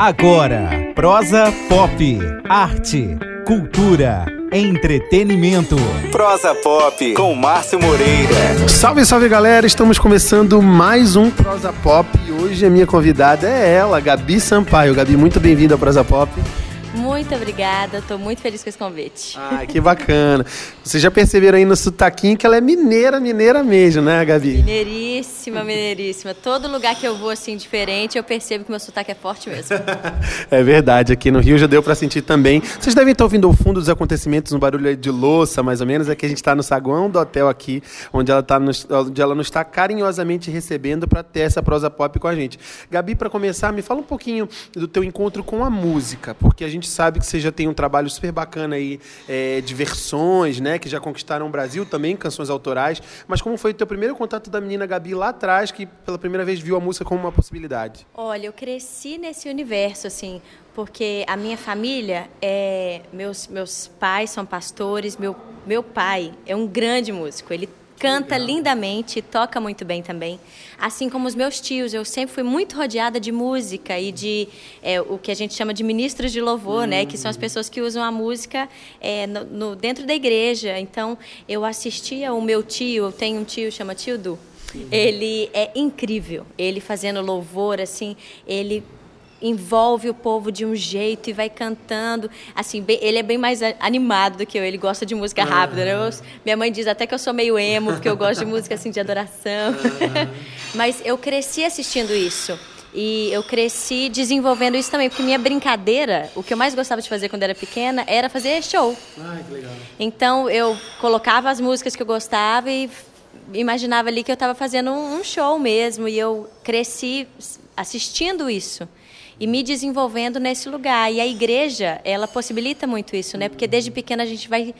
Agora, Prosa Pop, arte, cultura, entretenimento. Prosa Pop com Márcio Moreira. Salve, salve galera, estamos começando mais um Prosa Pop e hoje a minha convidada é ela, Gabi Sampaio. Gabi, muito bem-vinda ao Prosa Pop. Muito obrigada, estou muito feliz com esse convite. Ah, que bacana. Vocês já perceberam aí no sotaquinho que ela é mineira mesmo, né, Gabi? Mineiríssima. Todo lugar que eu vou assim diferente, eu percebo que meu sotaque é forte mesmo. É verdade, aqui no Rio já deu para sentir também. Vocês devem estar ouvindo ao fundo dos acontecimentos, um barulho de louça, mais ou menos. É que a gente está no saguão do hotel aqui, onde ela nos está carinhosamente recebendo para ter essa Prosa Pop com a gente. Gabi, para começar, me fala um pouquinho do teu encontro com a música, porque a gente sabe que você já tem um trabalho super bacana aí de versões, né, que já conquistaram o Brasil também, canções autorais, mas como foi o teu primeiro contato da menina Gabi lá atrás, que pela primeira vez viu a música como uma possibilidade? Olha, eu cresci nesse universo, assim, porque a minha família, meus pais são pastores, meu pai é um grande músico, ele canta lindamente, toca muito bem também. Assim como os meus tios, eu sempre fui muito rodeada de música e de o que a gente chama de ministros de louvor, né? Que são as pessoas que usam a música dentro da igreja. Então, eu assistia o meu tio, eu tenho um tio, chama Tio Du. Ele é incrível, ele fazendo louvor, assim, ele envolve o povo de um jeito e vai cantando, assim, ele é bem mais animado do que eu, ele gosta de música rápida, né? Minha mãe diz até que eu sou meio emo, porque eu gosto de música, assim, de adoração. Mas eu cresci assistindo isso. E eu cresci desenvolvendo isso também, porque minha brincadeira, o que eu mais gostava de fazer quando era pequena, era fazer show. Ai, que legal. Então, eu colocava as músicas que eu gostava e imaginava ali que eu estava fazendo um show mesmo, e eu cresci assistindo isso e me desenvolvendo nesse lugar. E a igreja, ela possibilita muito isso, né? Porque desde pequena a gente vai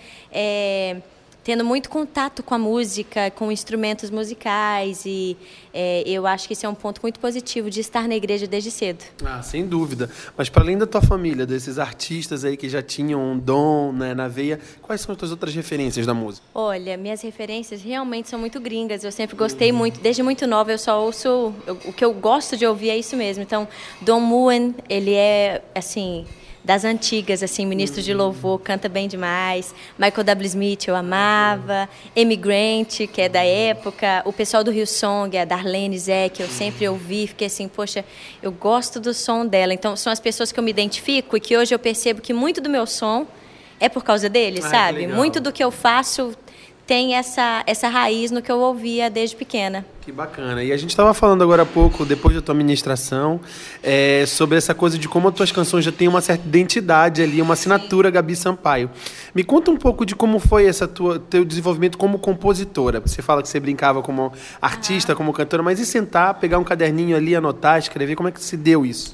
tendo muito contato com a música, com instrumentos musicais, e eu acho que isso é um ponto muito positivo de estar na igreja desde cedo. Ah, sem dúvida. Mas para além da tua família, desses artistas aí que já tinham um dom, né, na veia, quais são as tuas outras referências da música? Olha, minhas referências realmente são muito gringas. Eu sempre gostei muito, desde muito nova eu só ouço, o que eu gosto de ouvir é isso mesmo. Então, Don Moen, ele é, assim, das antigas, assim, ministro de louvor, canta bem demais. Michael W. Smith eu amava. Amy Grant, que é da época. O pessoal do Hillsong, a Darlene Zé, que eu sempre ouvi. Fiquei assim, poxa, eu gosto do som dela. Então, são as pessoas que eu me identifico e que hoje eu percebo que muito do meu som é por causa deles, sabe? Muito do que eu faço tem essa raiz no que eu ouvia desde pequena. Que bacana. E a gente estava falando agora há pouco, depois da tua ministração, sobre essa coisa de como as tuas canções já têm uma certa identidade ali, uma assinatura Gabi Sampaio. Me conta um pouco de como foi teu desenvolvimento como compositora. Você fala que você brincava como artista, como cantora, mas e sentar, pegar um caderninho ali, anotar, escrever, como é que se deu isso?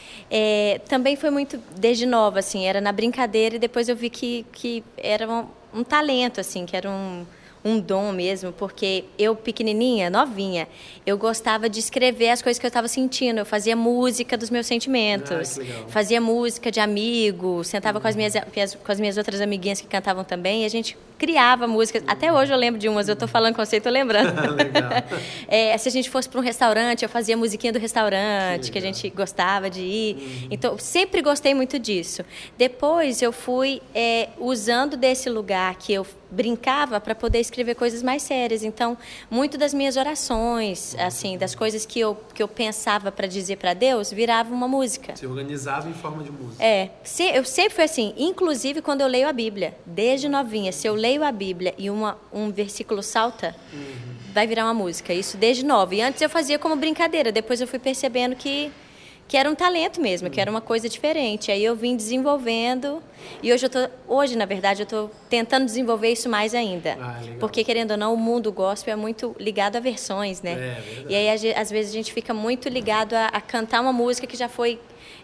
Também foi muito desde nova, assim, era na brincadeira, e depois eu vi que era um talento, assim, que era um dom mesmo, porque eu, pequenininha, novinha, eu gostava de escrever as coisas que eu estava sentindo. Eu fazia música dos meus sentimentos, fazia música de amigo, sentava com as minhas outras amiguinhas que cantavam também, e a gente criava músicas. Até hoje eu lembro de umas, eu estou falando com você e estou lembrando. Se a gente fosse para um restaurante, eu fazia musiquinha do restaurante, que a gente gostava de ir. Então, sempre gostei muito disso. Depois eu fui usando desse lugar que eu brincava para poder escrever coisas mais sérias. Então, muito das minhas orações, assim, das coisas que eu pensava para dizer para Deus, virava uma música. Se organizava em forma de música. Eu sempre fui assim, inclusive quando eu leio a Bíblia, desde novinha, se eu leio a Bíblia e um versículo salta, vai virar uma música, isso desde nova. E antes eu fazia como brincadeira, depois eu fui percebendo que era um talento mesmo, que era uma coisa diferente. Aí eu vim desenvolvendo, e hoje, na verdade, eu estou tentando desenvolver isso mais ainda. Porque, querendo ou não, o mundo gospel é muito ligado a versões, né? E aí, às vezes, a gente fica muito ligado a cantar uma música que já foi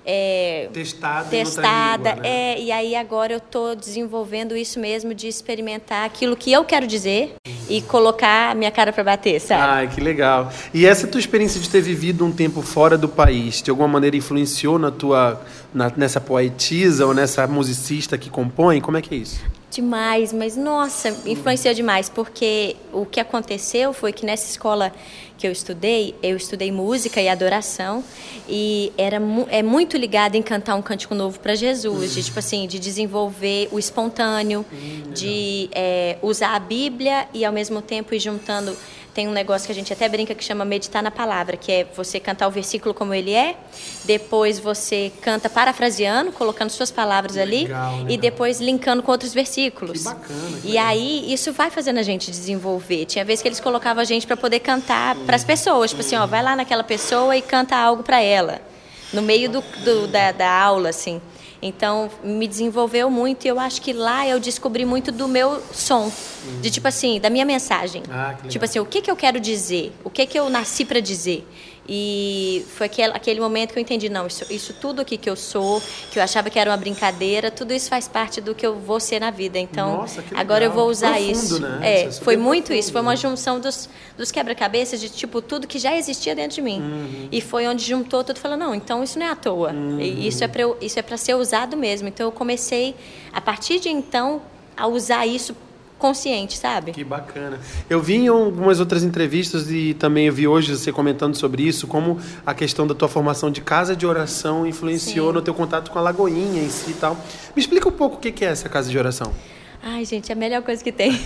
testada, em outra língua, né? E aí agora eu estou desenvolvendo isso mesmo, de experimentar aquilo que eu quero dizer e colocar a minha cara para bater, sabe? Ai, que legal. E essa tua experiência de ter vivido um tempo fora do país, de alguma maneira influenciou nessa poetisa ou nessa musicista que compõe? Como é que é isso? Demais, mas nossa, influenciou demais, porque o que aconteceu foi que nessa escola que eu estudei música e adoração, e é muito ligado em cantar um cântico novo para Jesus, de tipo assim, de desenvolver o espontâneo, de usar a Bíblia e ao mesmo tempo ir juntando. Tem um negócio que a gente até brinca que chama meditar na palavra, que é você cantar o versículo como ele é, depois você canta parafraseando, colocando suas palavras ali, e depois linkando com outros versículos. Que bacana. E aí, isso vai fazendo a gente desenvolver. Tinha vezes que eles colocavam a gente para poder cantar para as pessoas, tipo assim, ó, vai lá naquela pessoa e canta algo para ela, no meio da aula, assim. Então, me desenvolveu muito e eu acho que lá eu descobri muito do meu som, de tipo assim, da minha mensagem. Tipo assim, o que eu quero dizer, o que eu nasci para dizer. E foi aquele momento que eu entendi, não, isso tudo aqui que eu sou, que eu achava que era uma brincadeira, tudo isso faz parte do que eu vou ser na vida. Então, nossa, agora eu vou usar profundo, isso. Né? Foi muito profundo, isso, foi uma junção dos quebra-cabeças de tipo tudo que já existia dentro de mim. E foi onde juntou tudo, falando, não, então isso não é à toa. Isso é para ser usado mesmo. Então eu comecei a partir de então a usar isso consciente, sabe? Que bacana. Eu vi em algumas outras entrevistas e também eu vi hoje você comentando sobre isso, como a questão da tua formação de casa de oração influenciou no teu contato com a Lagoinha em si e tal. Me explica um pouco o que é essa casa de oração. Ai, gente, é a melhor coisa que tem.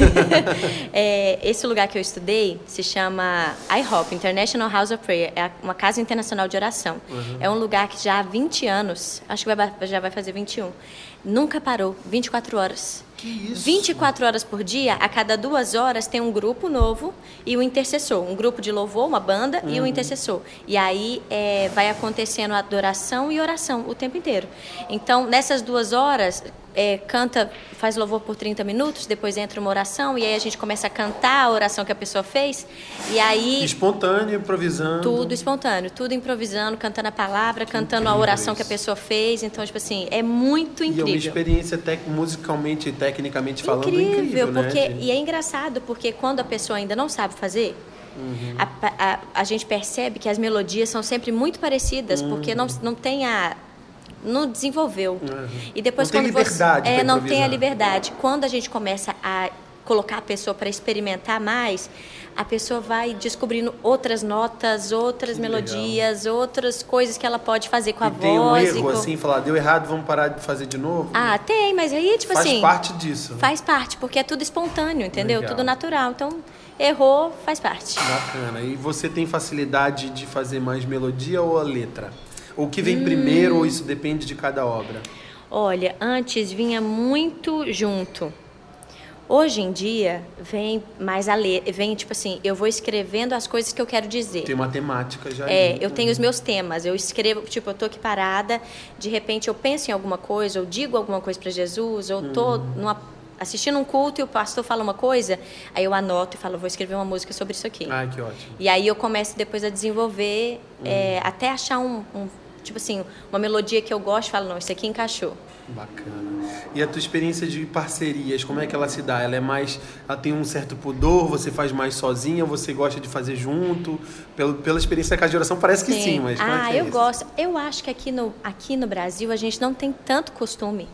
Esse lugar que eu estudei se chama IHOP, International House of Prayer. É uma casa internacional de oração. É um lugar que já há 20 anos, acho que já vai fazer 21, nunca parou, 24 horas. Que isso? 24 horas por dia, a cada 2 horas tem um grupo novo e um intercessor. Um grupo de louvor, uma banda e um intercessor. E aí vai acontecendo adoração e oração o tempo inteiro. Então, nessas 2 horas, canta, faz louvor por 30 minutos, depois entra uma oração e aí a gente começa a cantar a oração que a pessoa fez. E aí... Espontâneo, improvisando. Tudo espontâneo, tudo improvisando, cantando a palavra, cantando a oração que a pessoa fez. Então, tipo assim, é muito incrível. E é uma experiência musicalmente e tecnicamente falando incrível, né? E é engraçado, porque quando a pessoa ainda não sabe fazer, a gente percebe que as melodias são sempre muito parecidas, porque não tem não desenvolveu. E depois não quando tem liberdade não tem a liberdade. Quando a gente começa a colocar a pessoa para experimentar mais, a pessoa vai descobrindo outras notas, outras melodias, outras coisas que ela pode fazer com a voz. Tem um erro, assim, falar, deu errado, vamos parar de fazer de novo? Tem, mas aí, tipo assim... Faz parte disso. Faz parte, porque é tudo espontâneo, entendeu? Legal. Tudo natural. Então, errou, faz parte. Bacana. E você tem facilidade de fazer mais melodia ou a letra? O que vem primeiro, ou isso depende de cada obra? Olha, antes vinha muito junto. Hoje em dia, vem mais a letra. Vem, tipo assim, eu vou escrevendo as coisas que eu quero dizer. Tem uma temática já. Eu tenho os meus temas. Eu escrevo, tipo, eu tô aqui parada, de repente eu penso em alguma coisa, ou digo alguma coisa para Jesus, ou tô assistindo um culto e o pastor fala uma coisa, aí eu anoto e falo, vou escrever uma música sobre isso aqui. Ai, que ótimo. E aí eu começo depois a desenvolver, até achar tipo assim, uma melodia que eu gosto, falo, não, isso aqui encaixou. Bacana. E a tua experiência de parcerias, como é que ela se dá? Ela tem um certo pudor, você faz mais sozinha, você gosta de fazer junto? Pela experiência da casa de oração parece que sim, mas como é que eu gosto. Eu acho que aqui no Brasil a gente não tem tanto costume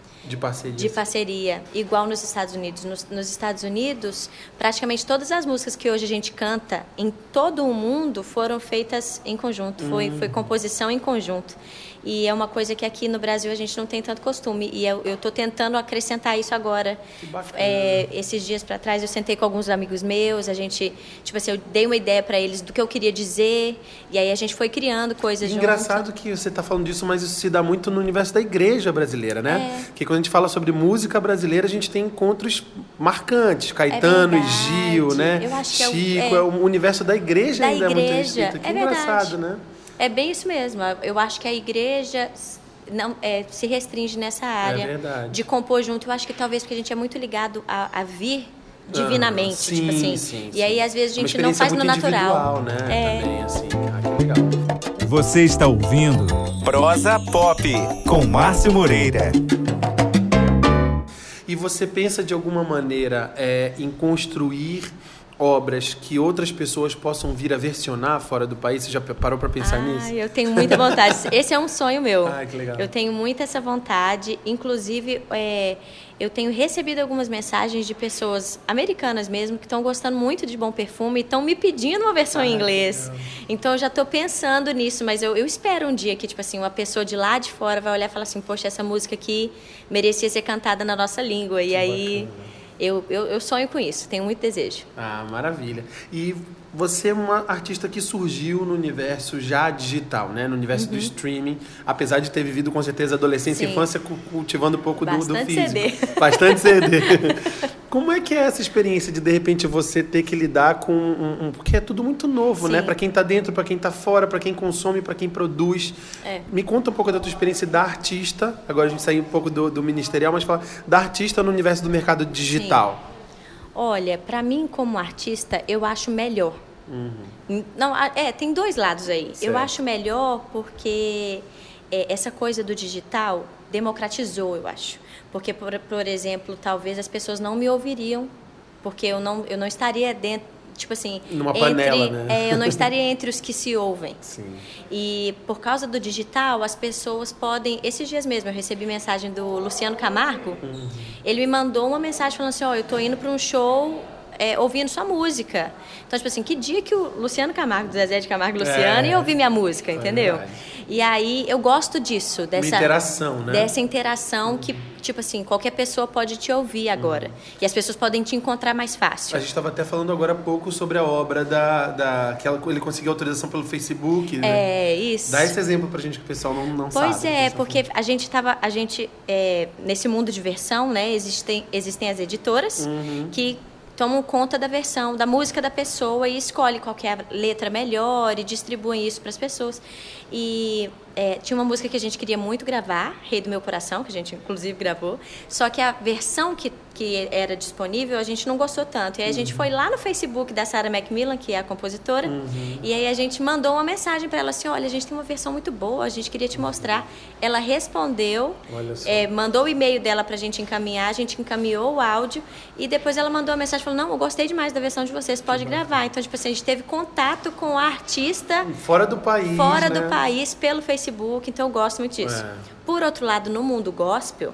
de parceria, igual nos Estados Unidos. Nos Estados Unidos, praticamente todas as músicas que hoje a gente canta em todo o mundo foram feitas em conjunto, foi composição em conjunto. E é uma coisa que aqui no Brasil a gente não tem tanto costume. E eu estou tentando acrescentar isso agora. Que bacana. Esses dias para trás eu sentei com alguns amigos meus, a gente, tipo assim, eu dei uma ideia para eles do que eu queria dizer, e aí a gente foi criando coisas juntos. Engraçado que você está falando disso, mas isso se dá muito no universo da igreja brasileira, né? Que quando a gente fala sobre música brasileira, a gente tem encontros marcantes. Caetano e Gil, né? Eu acho Chico, que o universo da igreja ainda é muito restrito. Que engraçado, verdade. Né? É bem isso mesmo. Eu acho que a igreja não se restringe nessa área de compor junto. Eu acho que talvez porque a gente é muito ligado a vir divinamente, sim, tipo assim. Sim. E aí às vezes a gente não faz no natural. Né? Também, assim. Que legal. Você está ouvindo Prosa Pop com Márcio Moreira. E você pensa de alguma maneira em construir obras que outras pessoas possam vir a versionar fora do país? Você já parou para pensar nisso? Eu tenho muita vontade. Esse é um sonho meu. Que legal. Eu tenho muita essa vontade. Inclusive, eu tenho recebido algumas mensagens de pessoas americanas mesmo que estão gostando muito de Bom Perfume e estão me pedindo uma versão em inglês. Então, eu já estou pensando nisso, mas eu espero um dia que, tipo assim, uma pessoa de lá de fora vai olhar e falar assim, poxa, essa música aqui merecia ser cantada na nossa língua. E aí... Eu sonho com isso, tenho muito desejo. Maravilha. E você é uma artista que surgiu no universo já digital, né? No universo do streaming, apesar de ter vivido com certeza adolescência e infância cultivando um pouco do físico. CD. Bastante CD. Como é que é essa experiência de repente, você ter que lidar com porque é tudo muito novo, né? Para quem está dentro, para quem está fora, para quem consome, para quem produz. Me conta um pouco da tua experiência da artista. Agora a gente saiu um pouco do ministerial, mas fala da artista no universo do mercado digital. Olha, para mim como artista, eu acho melhor. Não, tem dois lados aí. Certo. Eu acho melhor porque essa coisa do digital democratizou, eu acho. Porque, por exemplo, talvez as pessoas não me ouviriam, porque eu não estaria dentro, tipo assim... Numa panela, né? Eu não estaria entre os que se ouvem. Sim. E por causa do digital, as pessoas podem... Esses dias mesmo, eu recebi mensagem do Luciano Camargo. Ele me mandou uma mensagem falando assim, eu estou indo para um show... ouvindo sua música. Então, tipo assim, que dia que o Luciano Camargo, do Zezé de Camargo e Luciano, ia ouvir minha música, entendeu? Verdade. E aí, eu gosto disso. Dessa interação, né? Dessa interação que, tipo assim, qualquer pessoa pode te ouvir agora. E as pessoas podem te encontrar mais fácil. A gente estava até falando agora há pouco sobre a obra que ele conseguiu autorização pelo Facebook, né? Isso. Dá esse exemplo pra gente que o pessoal não sabe. Pois porque a gente nesse mundo de versão, né? Existem as editoras que tomam conta da versão, da música da pessoa e escolhem qual que é a letra melhor e distribuem isso para as pessoas. E tinha uma música que a gente queria muito gravar, Rei do Meu Coração, que a gente inclusive gravou, só que a versão que era disponível a gente não gostou tanto. E aí a gente foi lá no Facebook da Sarah Macmillan, que é a compositora, e aí a gente mandou uma mensagem para ela assim, olha, a gente tem uma versão muito boa, a gente queria te mostrar. Ela respondeu, mandou o e-mail dela para a gente encaminhar, a gente encaminhou o áudio e depois ela mandou uma mensagem falando, não, eu gostei demais da versão de vocês, pode gravar. Então, tipo assim, a gente teve contato com a artista fora do país, do país, pelo Facebook, então eu gosto muito disso. Por outro lado, no mundo gospel,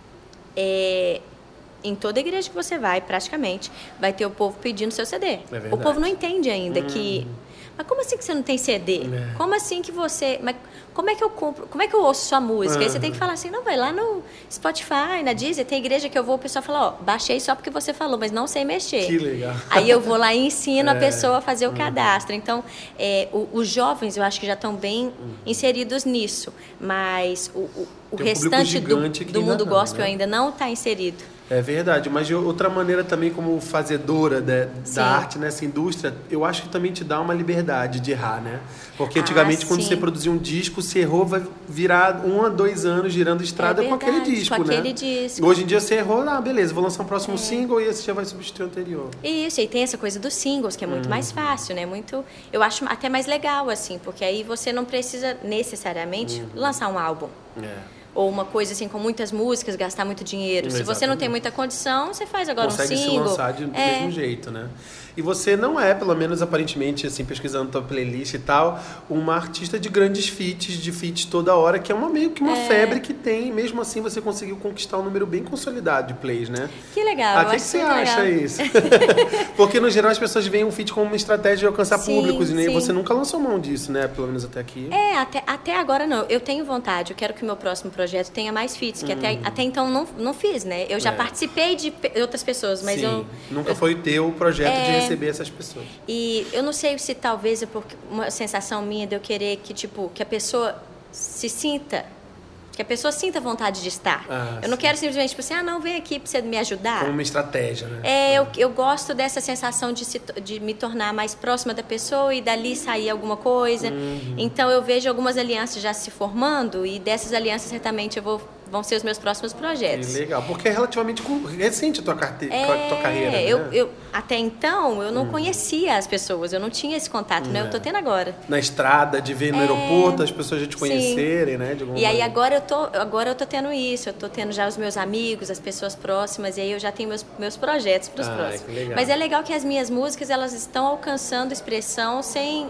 em toda igreja que você vai, praticamente, vai ter o povo pedindo seu CD. O povo não entende ainda que... Mas como assim que você não tem CD? Como assim que você... Mas como é que eu compro? Como é que eu ouço sua música? Aí você tem que falar assim, não, vai lá no Spotify, na Deezer, tem igreja que eu vou, o pessoal fala, baixei só porque você falou, mas não sei mexer. Que legal. Aí eu vou lá e ensino a pessoa a fazer o cadastro. Então, os jovens, eu acho que já estão bem inseridos nisso, mas o restante do mundo gospel ainda não está inserido. É verdade, mas de outra maneira também como fazedora da arte nessa indústria, eu acho que também te dá uma liberdade de errar, né? Porque antigamente quando você produzia um disco, você errou, vai virar 1 a 2 anos girando estrada com aquele disco, né? E hoje em dia você errou, beleza, vou lançar um próximo single e esse já vai substituir o anterior. Isso, e tem essa coisa dos singles, que é muito mais fácil, né? Eu acho até mais legal, assim, porque aí você não precisa necessariamente lançar um álbum. Ou uma coisa assim com muitas músicas, gastar muito dinheiro. Se você não tem muita condição, você faz agora um single. Consegue se lançar do mesmo jeito, né? E você não é, pelo menos aparentemente, assim, pesquisando tua playlist e tal, uma artista de grandes feats toda hora, que é meio que uma febre que tem. Mesmo assim, você conseguiu conquistar um número bem consolidado de plays, né? Que legal. O que você acha isso? Porque, no geral, as pessoas veem um feat como uma estratégia de alcançar públicos, e você nunca lançou mão disso, né? Pelo menos até aqui. Até agora não. Eu tenho vontade, eu quero que o meu próximo projeto tenha mais feats, que até então não fiz, né? Eu já participei de outras pessoas, mas nunca foi o teu projeto de receber essas pessoas. E eu não sei se talvez é porque uma sensação minha de eu querer que a pessoa sinta vontade de estar. Eu não quero simplesmente, tipo assim, não, vem aqui pra você me ajudar. Como uma estratégia, né? Eu gosto dessa sensação de me tornar mais próxima da pessoa e dali sair alguma coisa. Então, eu vejo algumas alianças já se formando e dessas alianças, certamente, eu vou vão ser os meus próximos projetos. Que legal, porque é relativamente recente a tua carreira, né? Eu até então, eu não conhecia as pessoas, eu não tinha esse contato, né? Eu tô tendo agora. Na estrada, de ver no aeroporto, as pessoas já te conhecerem, né? E aí agora eu tô tendo isso, eu tô tendo já os meus amigos, as pessoas próximas, e aí eu já tenho meus projetos para os próximos. Que legal. Mas é legal que as minhas músicas, elas estão alcançando expressão sem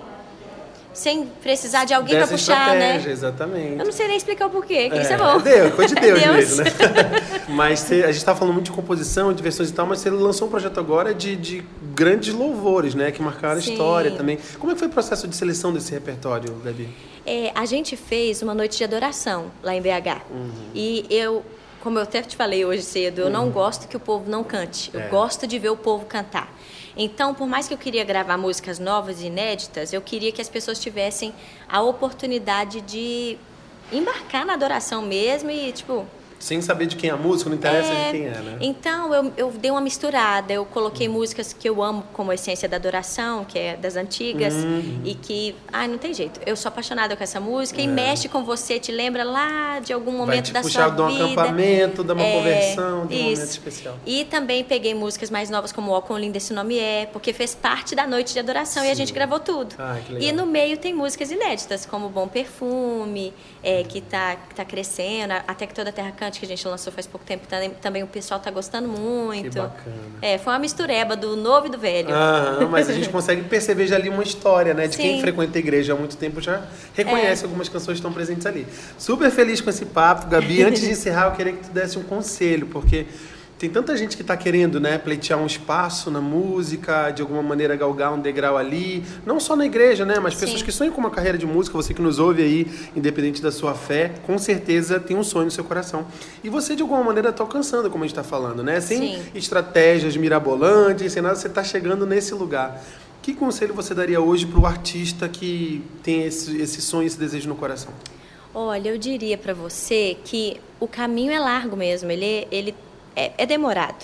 precisar de alguém para puxar, né? Exatamente. Eu não sei nem explicar o porquê, que isso é bom. Coisa de Deus mesmo, né? Mas a gente tá falando muito de composição, de versões e tal, mas você lançou um projeto agora de grandes louvores, né? Que marcaram a história também. Como é que foi o processo de seleção desse repertório, Gabi? A gente fez uma noite de adoração lá em BH. E como eu até te falei hoje cedo, eu não gosto que o povo não cante. Eu gosto de ver o povo cantar. Então, por mais que eu queria gravar músicas novas e inéditas, eu queria que as pessoas tivessem a oportunidade de embarcar na adoração mesmo e, sem saber de quem é a música, não interessa de quem é, né? Então, eu dei uma misturada. Eu coloquei músicas que eu amo como a essência da adoração, que é das antigas. E que, não tem jeito. Eu sou apaixonada com essa música e mexe com você, te lembra lá de algum momento da sua vida. Vai te puxar de um acampamento, de uma conversão, de um momento especial. E também peguei músicas mais novas como Ó Quão Lindo Esse Nome É, porque fez parte da noite de adoração e a gente gravou tudo. Que legal. E no meio tem músicas inéditas, como Bom Perfume, que tá crescendo, Até Que Toda a Terra Cante, que a gente lançou faz pouco tempo, também o pessoal tá gostando muito. Que bacana. Foi uma mistureba do novo e do velho. Mas a gente consegue perceber já ali uma história, né? De quem frequenta a igreja há muito tempo já reconhece algumas canções que estão presentes ali. Super feliz com esse papo, Gabi. Antes de encerrar, eu queria que tu desse um conselho, porque tem tanta gente que está querendo, né, pleitear um espaço na música, de alguma maneira galgar um degrau ali, não só na igreja, né, mas pessoas que sonham com uma carreira de música, você que nos ouve aí, independente da sua fé, com certeza tem um sonho no seu coração. E você, de alguma maneira, está alcançando, como a gente está falando, né, sem estratégias mirabolantes, sem nada, você está chegando nesse lugar. Que conselho você daria hoje para o artista que tem esse sonho, esse desejo no coração? Olha, eu diria para você que o caminho é largo mesmo, ele é demorado.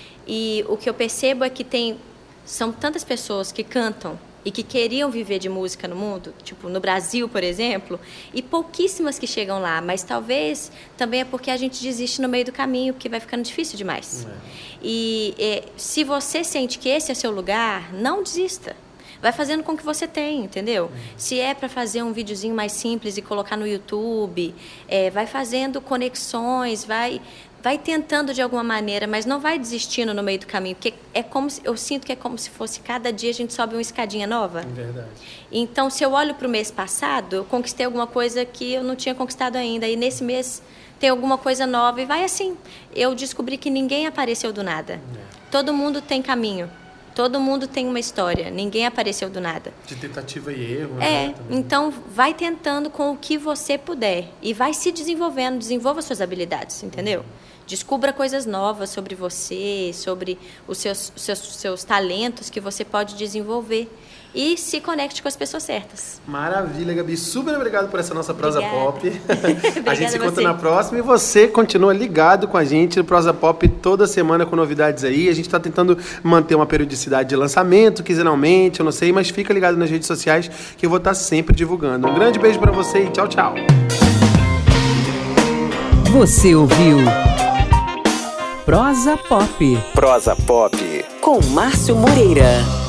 E o que eu percebo é que são tantas pessoas que cantam e que queriam viver de música no mundo, no Brasil, por exemplo, e pouquíssimas que chegam lá, mas talvez também é porque a gente desiste no meio do caminho, porque vai ficando difícil demais. E se você sente que esse é seu lugar, não desista. Vai fazendo com o que você tem, entendeu? Se é para fazer um videozinho mais simples e colocar no YouTube, vai fazendo conexões, vai tentando de alguma maneira, mas não vai desistindo no meio do caminho, porque eu sinto que é como se fosse cada dia a gente sobe uma escadinha nova. É verdade. Então, se eu olho para o mês passado, eu conquistei alguma coisa que eu não tinha conquistado ainda, e nesse mês tem alguma coisa nova, e vai assim. Eu descobri que ninguém apareceu do nada. Todo mundo tem caminho. Todo mundo tem uma história, ninguém apareceu do nada. De tentativa e erro, né? Então vai tentando com o que você puder e vai se desenvolvendo, desenvolva suas habilidades, entendeu? Descubra coisas novas sobre você, sobre os seus talentos que você pode desenvolver e se conecte com as pessoas certas. Maravilha, Gabi. Super obrigado por essa nossa Prosa Pop. A gente se encontra na próxima e você continua ligado com a gente no Prosa Pop toda semana com novidades aí. A gente está tentando manter uma periodicidade de lançamento, quinzenalmente, eu não sei, mas fica ligado nas redes sociais que eu vou estar sempre divulgando. Um grande beijo para você e tchau, tchau. Você ouviu Prosa Pop. Prosa Pop. Com Márcio Moreira.